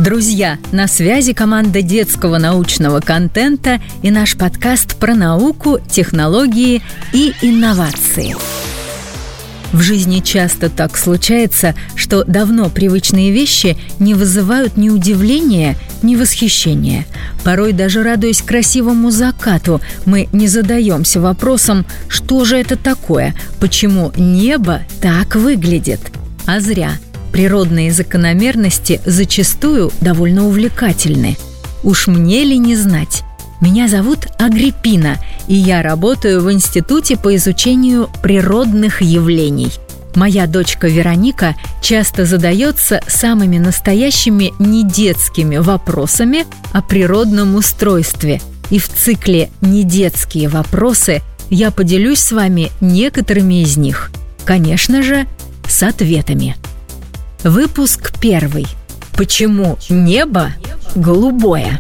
Друзья, на связи команда детского научного контента и наш подкаст про науку, технологии и инновации. В жизни часто так случается, что давно привычные вещи не вызывают ни удивления, ни восхищения. Порой даже радуясь красивому закату, мы не задаемся вопросом, что же это такое, почему небо так выглядит. А зря. Природные закономерности зачастую довольно увлекательны. Уж мне ли не знать? Меня зовут Агриппина, и я работаю в Институте по изучению природных явлений. Моя дочка Вероника часто задается самыми настоящими недетскими вопросами о природном устройстве. И в цикле «Недетские вопросы» я поделюсь с вами некоторыми из них. Конечно же, с ответами. Выпуск 1. Почему небо голубое?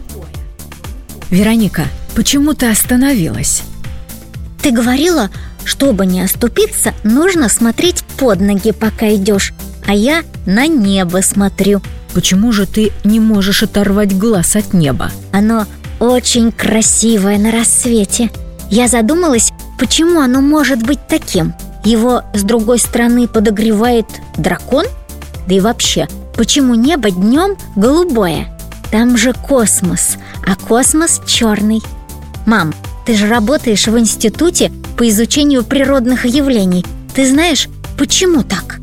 Вероника, почему ты остановилась? Ты говорила, чтобы не оступиться, нужно смотреть под ноги, пока идешь, а я на небо смотрю. Почему же ты не можешь оторвать глаз от неба? Оно очень красивое на рассвете. Я задумалась, почему оно может быть таким. Его с другой стороны подогревает дракон? Да и вообще, почему небо днем голубое? Там же космос, а космос черный. Мам, ты же работаешь в институте по изучению природных явлений. Ты знаешь, почему так?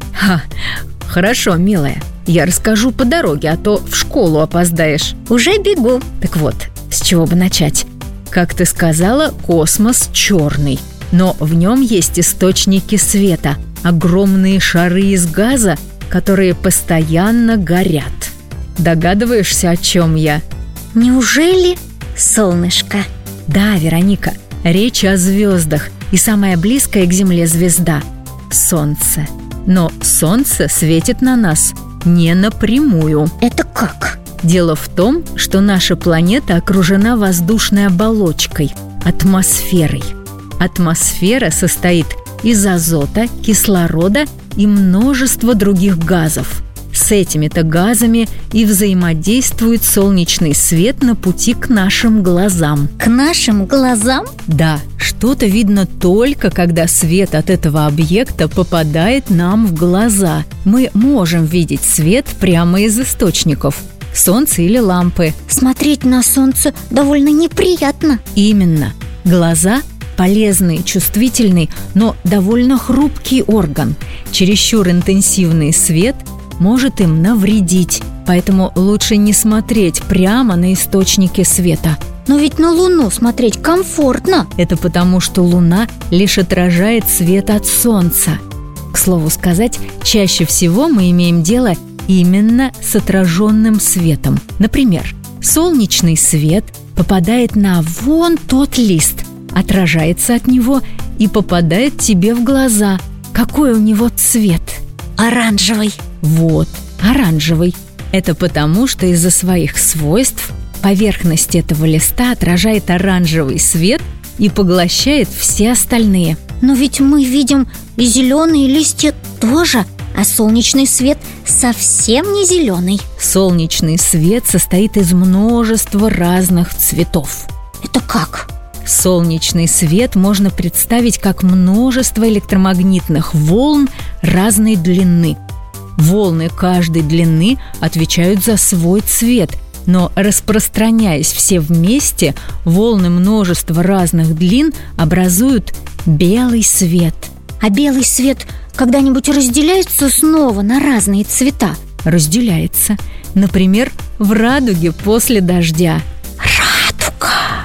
Хорошо, милая. Я расскажу по дороге, а то в школу опоздаешь. Уже бегу. Так вот, с чего бы начать? Как ты сказала, космос черный. Но в нем есть источники света, огромные шары из газа, которые постоянно горят. Догадываешься, о чем я? Неужели солнышко? Да, Вероника, речь о звездах, и самая близкая к Земле звезда – Солнце. Но Солнце светит на нас не напрямую. Это как? Дело в том, что наша планета окружена воздушной оболочкой – атмосферой. Атмосфера состоит из азота, кислорода и множества других газов. С этими-то газами и взаимодействует солнечный свет на пути к нашим глазам. К нашим глазам? Да, что-то видно только, когда свет от этого объекта попадает нам в глаза. Мы можем видеть свет прямо из источников – солнца или лампы. Смотреть на солнце довольно неприятно. Именно. Глаза – полезный, чувствительный, но довольно хрупкий орган. Чересчур интенсивный свет может им навредить, поэтому лучше не смотреть прямо на источники света. Но ведь на Луну смотреть комфортно. Это потому, что Луна лишь отражает свет от Солнца. К слову сказать, чаще всего мы имеем дело именно с отраженным светом. Например, солнечный свет попадает на вон тот лист, отражается от него и попадает тебе в глаза. Какой у него цвет? Оранжевый. Вот, оранжевый. Это потому, что из-за своих свойств поверхность этого листа отражает оранжевый свет и поглощает все остальные. Но ведь мы видим и зеленые листья тоже, а солнечный свет совсем не зеленый. Солнечный свет состоит из множества разных цветов. Это как? Солнечный свет можно представить как множество электромагнитных волн разной длины. Волны каждой длины отвечают за свой цвет, но, распространяясь все вместе, волны множества разных длин образуют белый свет. А белый свет когда-нибудь разделяется снова на разные цвета? Разделяется. Например, в радуге после дождя. Радуга!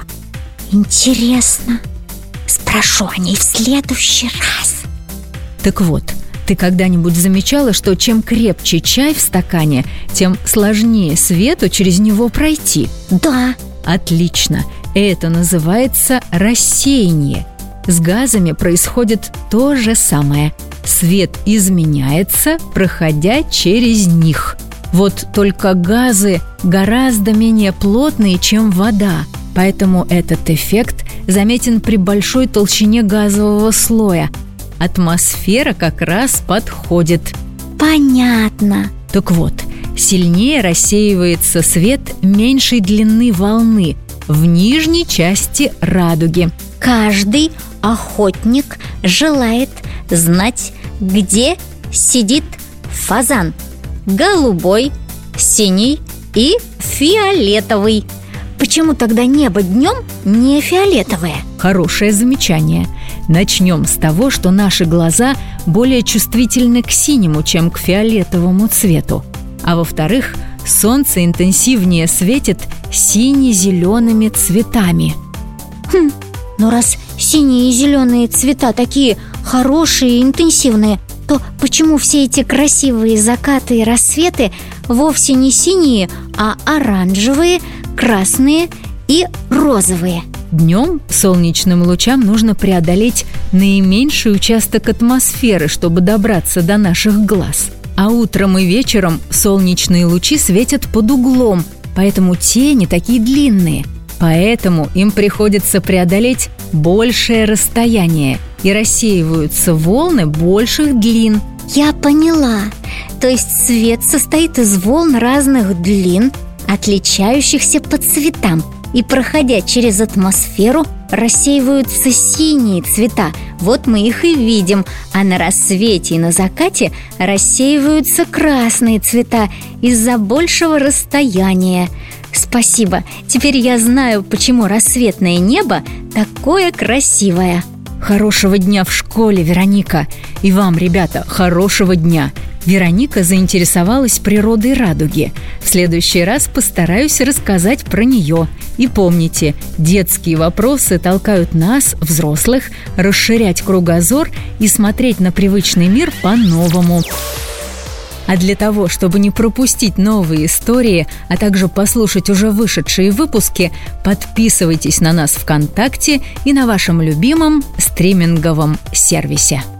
Интересно. Спрошу о ней в следующий раз. Так вот, ты когда-нибудь замечала, что чем крепче чай в стакане, тем сложнее свету через него пройти? Да. Отлично. Это называется рассеяние. С газами происходит то же самое. Свет изменяется, проходя через них. Вот только газы гораздо менее плотные, чем вода. Поэтому этот эффект заметен при большой толщине газового слоя. Атмосфера как раз подходит. Понятно. Так вот, сильнее рассеивается свет меньшей длины волны в нижней части радуги. Каждый охотник желает знать, где сидит фазан. Голубой, синий и фиолетовый. Почему тогда небо днем не фиолетовое? Хорошее замечание. Начнем с того, что наши глаза более чувствительны к синему, чем к фиолетовому цвету. А во-вторых, солнце интенсивнее светит сине-зелеными цветами. Но раз синие и зеленые цвета такие хорошие и интенсивные, то почему все эти красивые закаты и рассветы вовсе не синие, а оранжевые, красные и розовые? Днем солнечным лучам нужно преодолеть наименьший участок атмосферы, чтобы добраться до наших глаз. А утром и вечером солнечные лучи светят под углом, поэтому тени такие длинные. Поэтому им приходится преодолеть большее расстояние, и рассеиваются волны больших длин. Я поняла. То есть свет состоит из волн разных длин, отличающихся по цветам. И, проходя через атмосферу, рассеиваются синие цвета. Вот мы их и видим. А на рассвете и на закате рассеиваются красные цвета из-за большего расстояния. Спасибо. Теперь я знаю, почему рассветное небо такое красивое. Хорошего дня в школе, Вероника! И вам, ребята, хорошего дня! Вероника заинтересовалась природой радуги. В следующий раз постараюсь рассказать про нее. И помните, детские вопросы толкают нас, взрослых, расширять кругозор и смотреть на привычный мир по-новому. А для того, чтобы не пропустить новые истории, а также послушать уже вышедшие выпуски, подписывайтесь на нас ВКонтакте и на вашем любимом стриминговом сервисе.